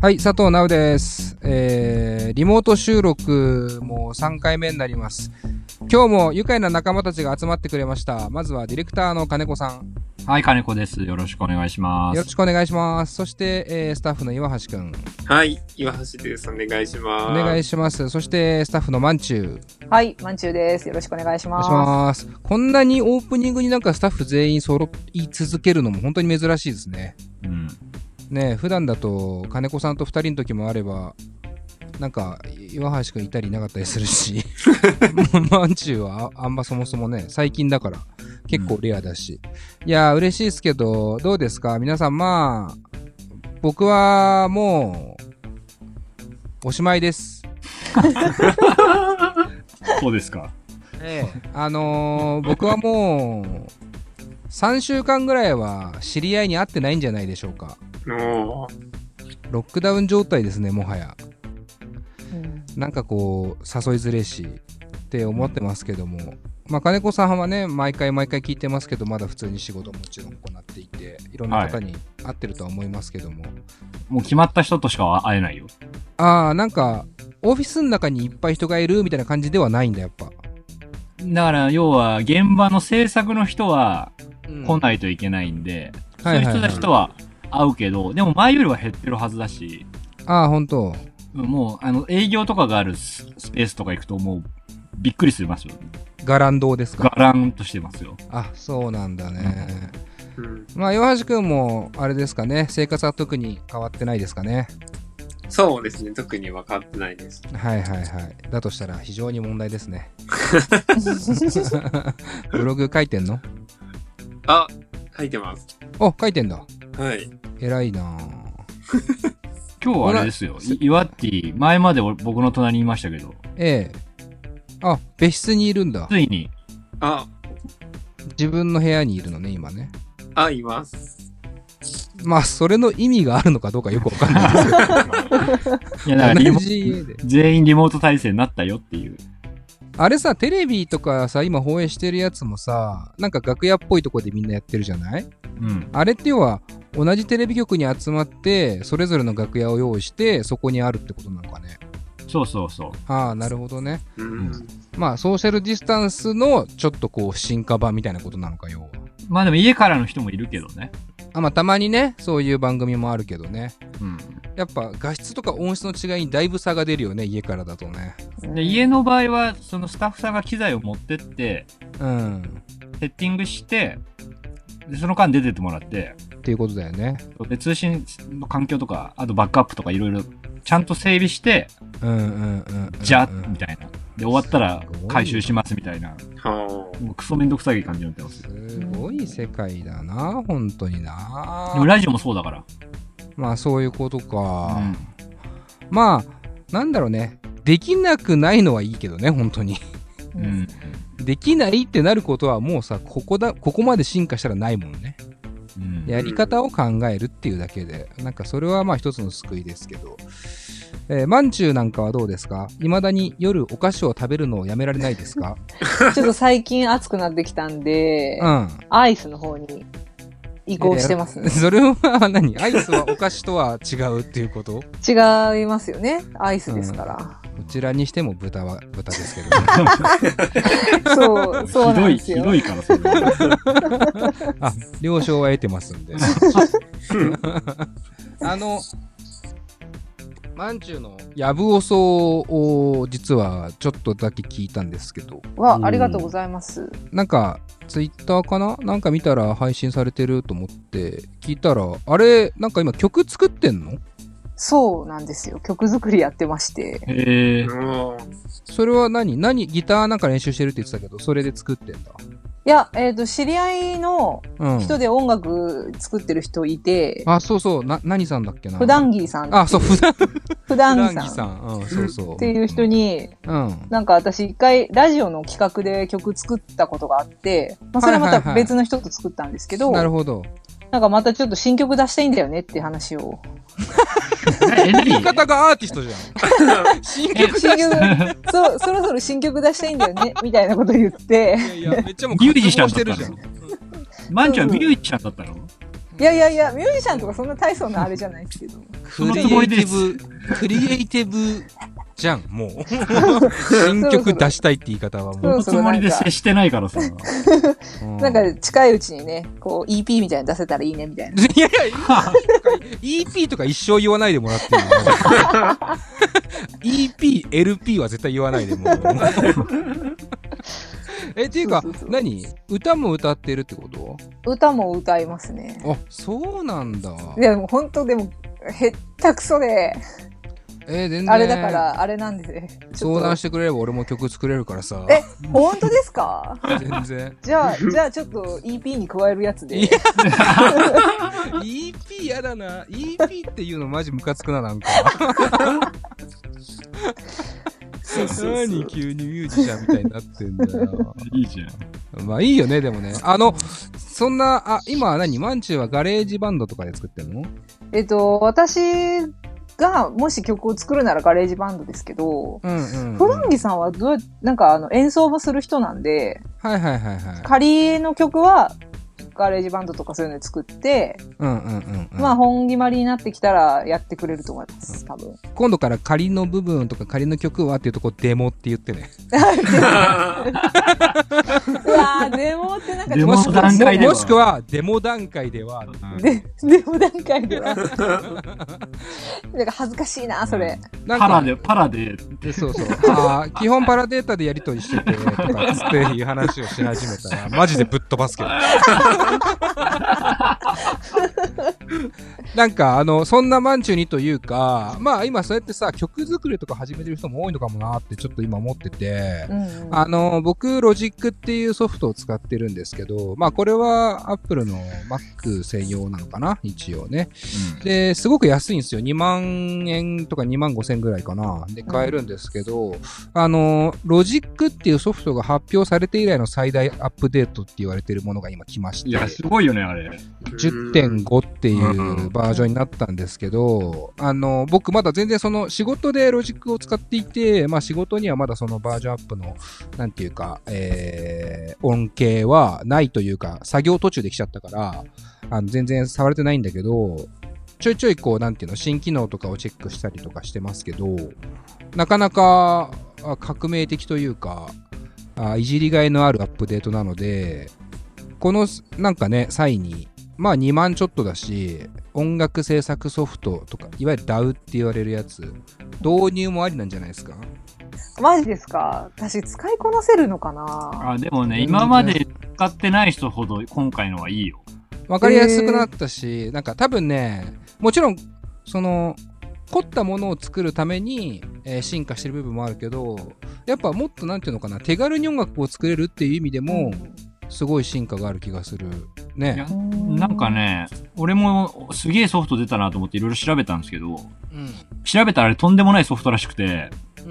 はい、佐藤直です。リモート収録も3回目になります。今日も愉快な仲間たちが集まってくれました。まずはディレクターの金子さん。 はい、金子です。よろしくお願いします。 よろしくお願いします。そして、スタッフの岩橋くん。 はい、岩橋です。お願いします。 お願いします。そしてスタッフのまんちゅう。 はい、まんちゅうです。よろしくお願いします。 お願いします。こんなにオープニングになんかスタッフ全員揃い続けるのも本当に珍しいですね。 うん。 ね、普段だと金子さんと2人の時もあればなんか岩橋くんいたりいなかったりするしまんちゅうはあんまそもそもね最近だから結構レアだし、いや嬉しいですけどどうですか皆さん。まあ僕はもうおしまいです。 そうですか。 僕はもう3週間ぐらいは知り合いに会ってないんじゃないでしょうか。ロックダウン状態ですね、もはや。なんかこう誘いづれしって思ってますけども、まあ金子さんはね毎回聞いてますけど、まだ普通に仕事もちろん行っていていろんな方に会ってるとは思いますけども、 もう決まった人としか会えないよ。 なんかオフィスの中にいっぱい人がいるみたいな感じではないんだやっぱ。 だから要は現場の制作の人は来ないといけないんで、そういう人たちとは会うけど、でも前よりは減ってるはずだし。 本当。 もう営業とかがあるスペースとか行くともうびっくりしますよ。 ガランドですか。 ガランとしてますよ。 そうなんだね。まあ岩橋くんもあれですかね、生活は特に変わってないですかね。 そうですね、特には変わってないです。 はい。だとしたら非常に問題ですね。ブログ書いてんの？ 書いてます。 書いてんだ。 はい。 偉いなぁ。 今日はあれですよ。岩っティ、前まで僕の隣にいましたけど。 別室にいるんだ。 ついに。 自分の部屋にいるのね、今ね。 います。 まあ、それの意味があるのかどうかよくわかんないですけど。 いや、だから全員リモート体制になったよっていう。 あれさ、テレビとかさ、今放映してるやつもさ、なんか楽屋っぽいとこでみんなやってるじゃない？ うん。 あれって要は、同じテレビ局に集まって、それぞれの楽屋を用意して、そこにあるってことなのかね。 そう。 なるほどね。まあ、ソーシャルディスタンスのちょっとこう、進化版みたいなことなのか、要は。 まあでも家からの人もいるけどね。 まあたまにね、そういう番組もあるけどね。 うん。 やっぱ画質とか音質の違いにだいぶ差が出るよね、家からだとね。 で家の場合は、そのスタッフさんが機材を持ってって、セッティングして、で、その間出てってもらって。 っていうことだよね。 で、通信の環境とか、あとバックアップとかいろいろ、ちゃんと整備して、じゃみたいな。で、終わったら回収しますみたいな。もうクソめんどくさい感じになってます。 すごい世界だな、本当にな。 でもラジオもそうだから。 まあそういうことか。まあ、なんだろうね。できなくないのはいいけどね、本当に。できないってなることはもうさ、ここまで進化したらないもんね。やり方を考えるっていうだけで、なんかそれはまあ一つの救いですけど。まんちゅうなんかはどうですか？未だに夜お菓子を食べるのをやめられないですか？ ちょっと最近暑くなってきたんで、アイスの方に移行してますね。 それは何？アイスはお菓子とは違うっていうこと？ 違いますよね。アイスですから。 こちらにしても豚ですけどね。 そうなんですよ。 ひどいからそれ。 了承は得てますんで。まんちゅうのやぶおそを実はちょっとだけ聞いたんですけど。 ありがとうございます。 なんかツイッターかな？なんか見たら配信されてると思って聞いたら、あれなんか今曲作ってんの？ そうなんですよ。曲作りやってまして。 それは何ギターなんか練習してるって言ってたけど、それで作ってんだ？ いや、知り合いの人で音楽作ってる人いて。 そう。何さんだっけな？ 普段着さん。普段着さん。そう。っていう人に、なんか私一回ラジオの企画で曲作ったことがあって、それはまた別の人と作ったんですけど。 なるほど。 なんかまたちょっと新曲出したいんだよねって話を。 言い方がアーティストじゃん。新曲そろそろ新曲出したいんだよねみたいなこと言って。 いやめっちゃもうミュージシャンしてるじゃん。まんちゃんミュージシャンだったの？ いや、ミュージシャンとかそんな大層なあれじゃないですけど。 クリエイティブじゃん、もう。新曲出したいって言い方はもう。 そのつもりで接してないからさ。 なんか近いうちにね、こう EP みたいに出せたらいいねみたいな。 いや、EP とか一生言わないでもらっていいの。EP、LP は絶対言わないでも。っていうか、何？歌も歌ってるってこと？ 歌も歌いますね。 あ、そうなんだ。 いや、もう本当でも、へったくそで。 全然。 あれだから、あれなんでね。 相談してくれれば俺も曲作れるからさ。 本当ですか？ 全然。 じゃあちょっと EP に加えるやつで。 EP やだな。EP っていうのマジムカつくな、なんか。何急にミュージシャンみたいになってんだよ。 いいじゃん。まあいいよね、でもね。そんな、今はマンチューはガレージバンドとかで作ってんの？ 私がもし曲を作るならガレージバンドですけど、フランギさんはなんか演奏もする人なんで、仮の曲はガレージバンドとかそういうので作って、まあ本決まりになってきたらやってくれると思います、多分。 今度から仮の部分とか仮の曲はっていうとこデモって言ってね。うわー、デモってなんかデモ段階ではもしくはデモ段階では。 デモ段階では。なんか恥ずかしいな、それ。 パラで。 そうそう。基本パラデータでやりとりしてて、とかつっていう話をし始めたら、マジでぶっ飛ばすけど。なんかそんなマンチュにというか、まあ今そうやってさ曲作りとか始めてる人も多いのかもなってちょっと今思ってて、僕ロジックっていうソフトを使ってるんですけど、まあこれはアップルの Mac 専用なのかな、一応ね、ですごく安いんですよ。2万円とか2万5千ぐらいかなで買えるんですけど、ロジックっていうソフトが発表されて以来の最大アップデートって言われてるものが今来まして、 いやすごいよねあれ。 10.5 っていうバージョンになったんですけど、僕まだ全然その仕事でロジックを使っていて、まあ仕事にはまだそのバージョンアップのなんていうか、恩恵はないというか、作業途中できちゃったから全然触れてないんだけど、ちょいちょいこうなんていうの新機能とかをチェックしたりとかしてますけど、なかなか革命的というかいじりがいのあるアップデートなので、このなんかね際にまあ2万ちょっとだし、音楽制作ソフトとかいわゆる DAW って言われるやつ導入もありなんじゃないですか？ マジですか？私使いこなせるのかな？ でもね、今まで使ってない人ほど今回のはいいよ。 わかりやすくなったし、なんか多分ね、もちろんその凝ったものを作るために、進化してる部分もあるけど、やっぱもっとなんていうのかな、手軽に音楽を作れるっていう意味でも、すごい進化がある気がするね。 なんかね、俺もすげえソフト出たなと思っていろいろ調べたんですけど、調べたらあれとんでもないソフトらしくて、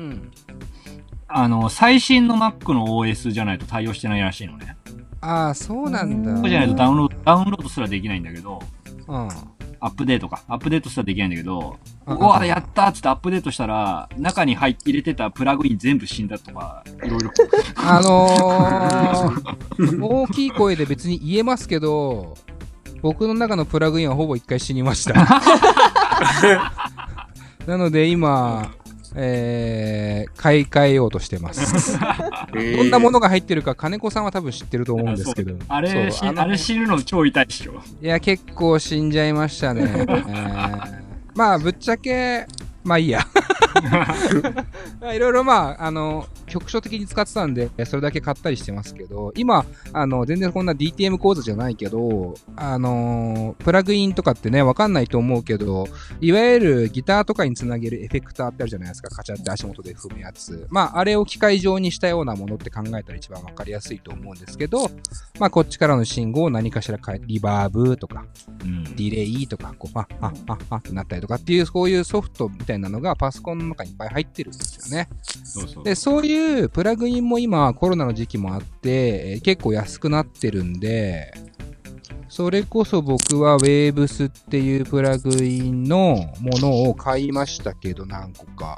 最新の Mac の OS じゃないと対応してないらしいのね。 そうなんだ。 そうじゃないとダウンロードすらできないんだけど、アップデートすらできないんだけど、うわ、やったーっつってアップデートしたら、中に入れてたプラグイン全部死んだとか、いろいろ。 大きい声で別に言えますけど、僕の中のプラグインはほぼ一回死にました。なので今、買い替えようとしてます。どんなものが入ってるか金子さんは多分知ってると思うんですけど、 あれ死ぬの超痛いっしょ。 いや結構死んじゃいましたね。まあぶっちゃけまあいいや。いろいろまあ局所的に使ってたんでそれだけ買ったりしてますけど、今全然こんな DTM 講座じゃないけどプラグインとかってねわかんないと思うけど、いわゆるギターとかにつなげるエフェクターってあるじゃないですか。カチャって足元で踏むやつ、まああれを機械状にしたようなものって考えたら一番わかりやすいと思うんですけど、まあこっちからの信号を何かしらリバーブとか、ディレイとかこうファッファッファッファッってなったりとかっていう、そういうソフトみたいなのがパソコンの中にいっぱい入ってるんですよね。でそういうプラグインも今コロナの時期もあって、結構安くなってるんで、それこそ僕は Waves っていうプラグインのものを買いましたけど何個か、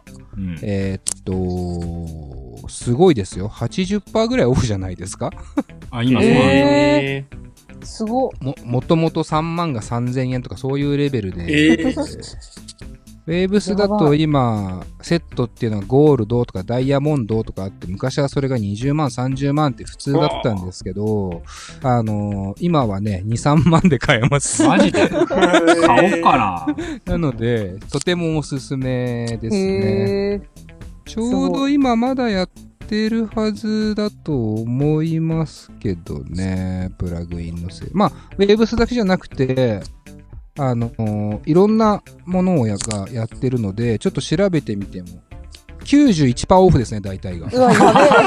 すごいですよ。 80% ぐらいオフじゃないですか。 今そうなんだ。 すごっ。 もともと3万が3000円とかそういうレベルで、ウェーブスだと今セットっていうのはゴールドとかダイヤモンドとかあって、昔はそれが20万30万って普通だったんですけど、今はね 2,3 万で買えます。 マジで買おうかな。なのでとてもおすすめですね。ちょうど今まだやってるはずだと思いますけどね、プラグインのせい。まあウェーブスだけじゃなくていろんなものをやってるので、ちょっと調べてみても、91% オフですね、大体が。 うわ、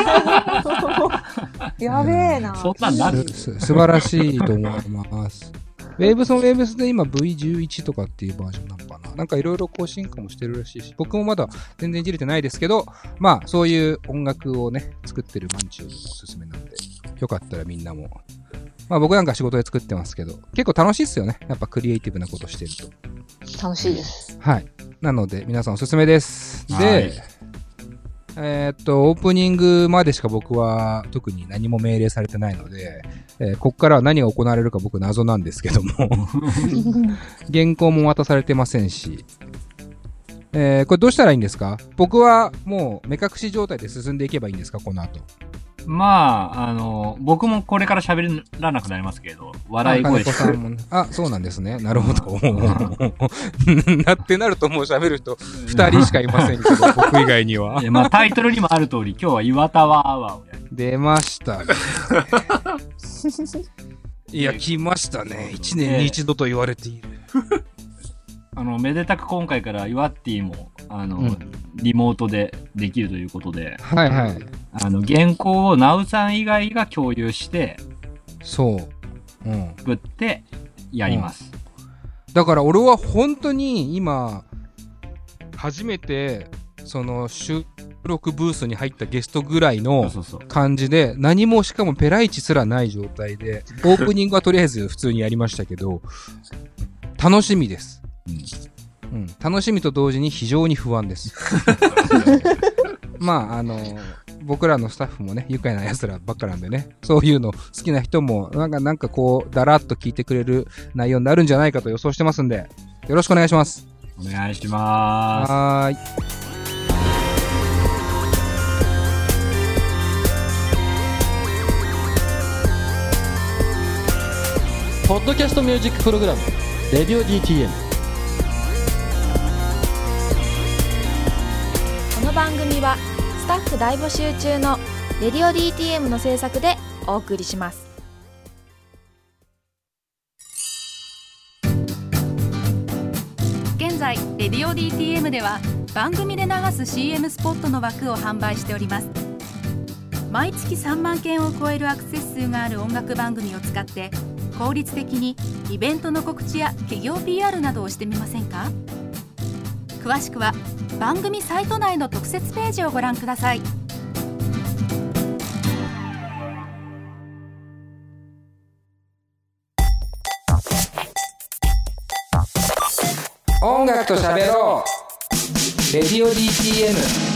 やべえな。 そんなんなる？ 素晴らしいと思います。ウェーブスもウェーブスで今 V11 とかっていうバージョンなのかな。なんかいろいろ更新化もしてるらしいし、僕もまだ全然いじれてないですけど、まあそういう音楽をね、作ってるマンチューもおすすめなんで、よかったらみんなも。まあ僕なんか仕事で作ってますけど、結構楽しいっすよね。やっぱクリエイティブなことしてると。楽しいです。 はい。なので皆さんおすすめです。で、オープニングまでしか僕は特に何も命令されてないので、ここからは何が行われるか僕謎なんですけども、原稿も渡されてませんし、これどうしたらいいんですか？僕はもう目隠し状態で進んでいけばいいんですか、この後。まあ、僕もこれから喋らなくなりますけど、笑い声しか。 そうなんですね。なるほど。ってなるともう喋る人2人しかいませんけど、僕以外には。 まあタイトルにもある通り、今日は岩田はアワーをやる。 出ましたね。いや、来ましたね。1年に一度と言われている。 めでたく今回からイワッティも、リモートでできるということで、 はいはい。 原稿をナウさん以外が共有して、 そう。 作ってやります。 だから俺は本当に今、初めて、その収録ブースに入ったゲストぐらいの感じで、何もしかもペライチすらない状態で、オープニングはとりあえず普通にやりましたけど、楽しみです。楽しみと同時に非常に不安です。まあ僕らのスタッフもね、愉快な奴らばっかなんでね、そういうの好きな人もなんかこうだらっと聞いてくれる内容になるんじゃないかと予想してますんで、よろしくお願いします。 お願いします。 はーい。 ポッドキャストミュージックプログラムレディオ DTM。 この番組はスタッフ大募集中のレディオ DTM の制作でお送りします。 現在レディオ DTM では番組で流す CM スポットの枠を販売しております。毎月3万件を超えるアクセス数がある音楽番組を使って効率的にイベントの告知や企業 PR などをしてみませんか？詳しくは番組サイト内の特設ページをご覧ください。 音楽と喋ろうレディオ DTM。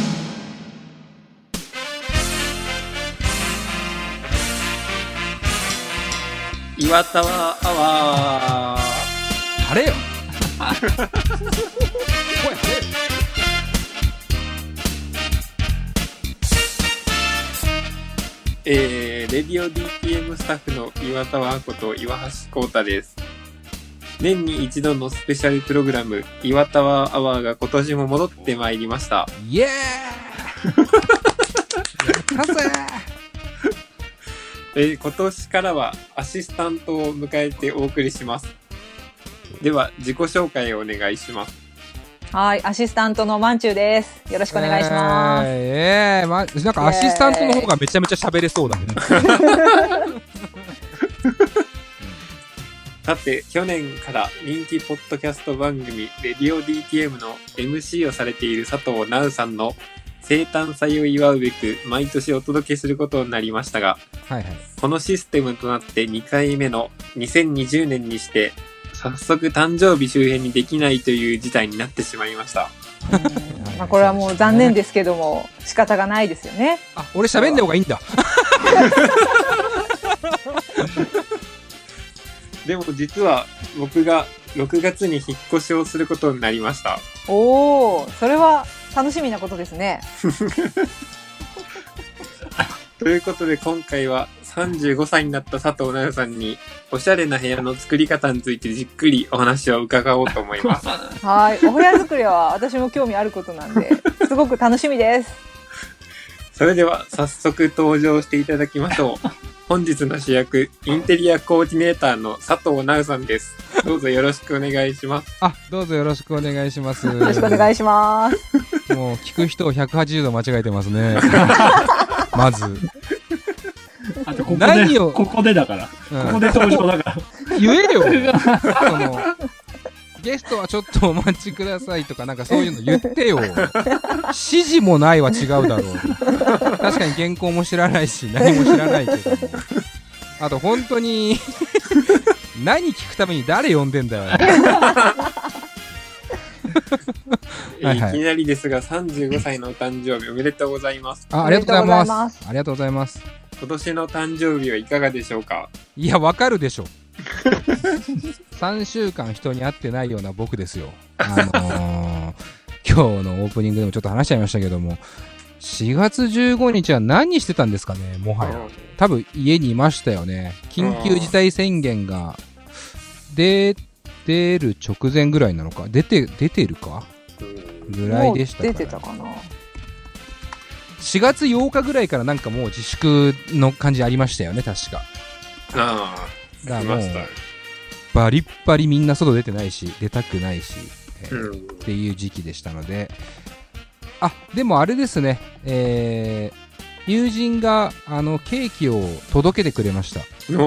岩田はアワー。 あれよレディオ DTM スタッフの岩田はこと岩橋光太です。年に一度のスペシャルプログラム岩田はアワーが今年も戻ってまいりました。 イエーイやったぜ今年からはアシスタントを迎えてお送りします。では自己紹介をお願いします。 はい、アシスタントのまんちゅうです。よろしくお願いします。 なんかアシスタントの方がめちゃめちゃ喋れそうだね。 さて、去年から人気ポッドキャスト番組レディオ DTM の MC をされている佐藤直さんの生誕祭を祝うべく毎年お届けすることになりましたが、このシステムとなって2回目の2020年にして早速誕生日周辺にできないという事態になってしまいました。 まあこれはもう残念ですけども仕方がないですよね。 俺喋んで方がいいんだ。 でも実は僕が6月に引っ越しをすることになりました。 おー、それは楽しみなことですね。 ということで今回は35歳になった佐藤奈代さんにおしゃれな部屋の作り方についてじっくりお話を伺おうと思います。 はい、お部屋作りは私も興味あることなんで、すごく楽しみです。 それでは早速登場していただきましょう。本日の主役、インテリアコーディネーターの佐藤奈代さんです。どうぞよろしくお願いします。 どうぞよろしくお願いします。よろしくお願いします。 もう聞く人を180度間違えてますね。まず。 あとここでだから。ここで登場だから。 言えよ。ゲストはちょっとお待ちくださいとかなんかそういうの言ってよ。指示もないは違うだろう。確かに原稿も知らないし何も知らないけども。あと本当に何聞くために誰呼んでんだよ。 いきなりですが35歳のお誕生日おめでとうございます。 ありがとうございます。ありがとうございます。 今年の誕生日はいかがでしょうか。 いやわかるでしょ。3週間人に会ってないような僕ですよ。今日のオープニングでもちょっと話しちゃいましたけども、4月15日は何してたんですかね。もはや多分家にいましたよね。緊急事態宣言が出る直前ぐらいなのか、出てるかぐらいでしたから。 出てたかな。 4月8日ぐらいからなんかもう自粛の感じありましたよね、確か。だからもうバリッバリみんな外出てないし出たくないし、っていう時期でしたので、でもあれですね、友人がケーキを届けてくれました。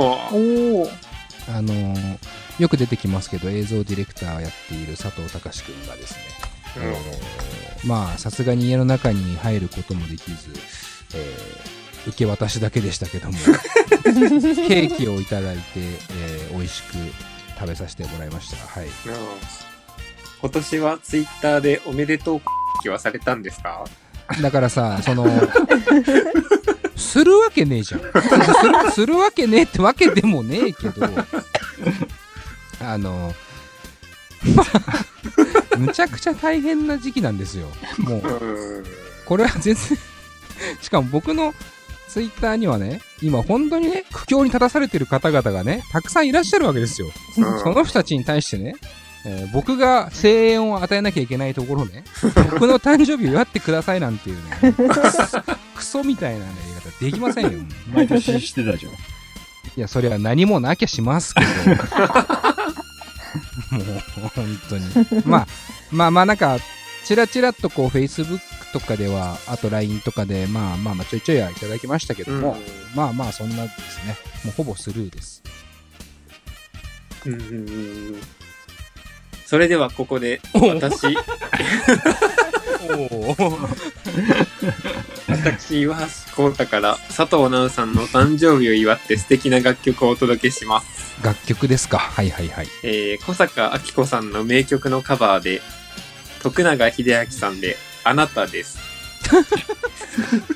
よく出てきますけど映像ディレクターをやっている佐藤隆君がですね、まあさすがに家の中に入ることもできず、受け渡しだけでしたけどもケーキをいただいて、美味しく食べさせてもらいました。はい。 今年はツイッターでおめでとうはされたんですか。 だからさ、するわけねえじゃん。するわけねえってわけでもねえけどむちゃくちゃ大変な時期なんですよ。もうこれは全然しかも僕のツイッターにはね、今本当にね苦境に立たされている方々がねたくさんいらっしゃるわけですよ。その人たちに対してね、僕が声援を与えなきゃいけないところね、僕の誕生日を祝ってくださいなんていうねクソみたいな、ね、言い方できませんよ。 毎年してたじゃん。 いやそれは何もなきゃしますけどもう本当にまあなんかチラチラっとこう Facebook とかでは、あと LINE とかでまあちょいちょいはいただきましたけども、まあそんなですね、もうほぼスルーです。 それではここで私岩橋浩太から佐藤奈緒さんの誕生日を祝って素敵な楽曲をお届けします。 楽曲ですか。はいはいはい。 小坂明子さんの名曲のカバーで徳永英明さんであなたです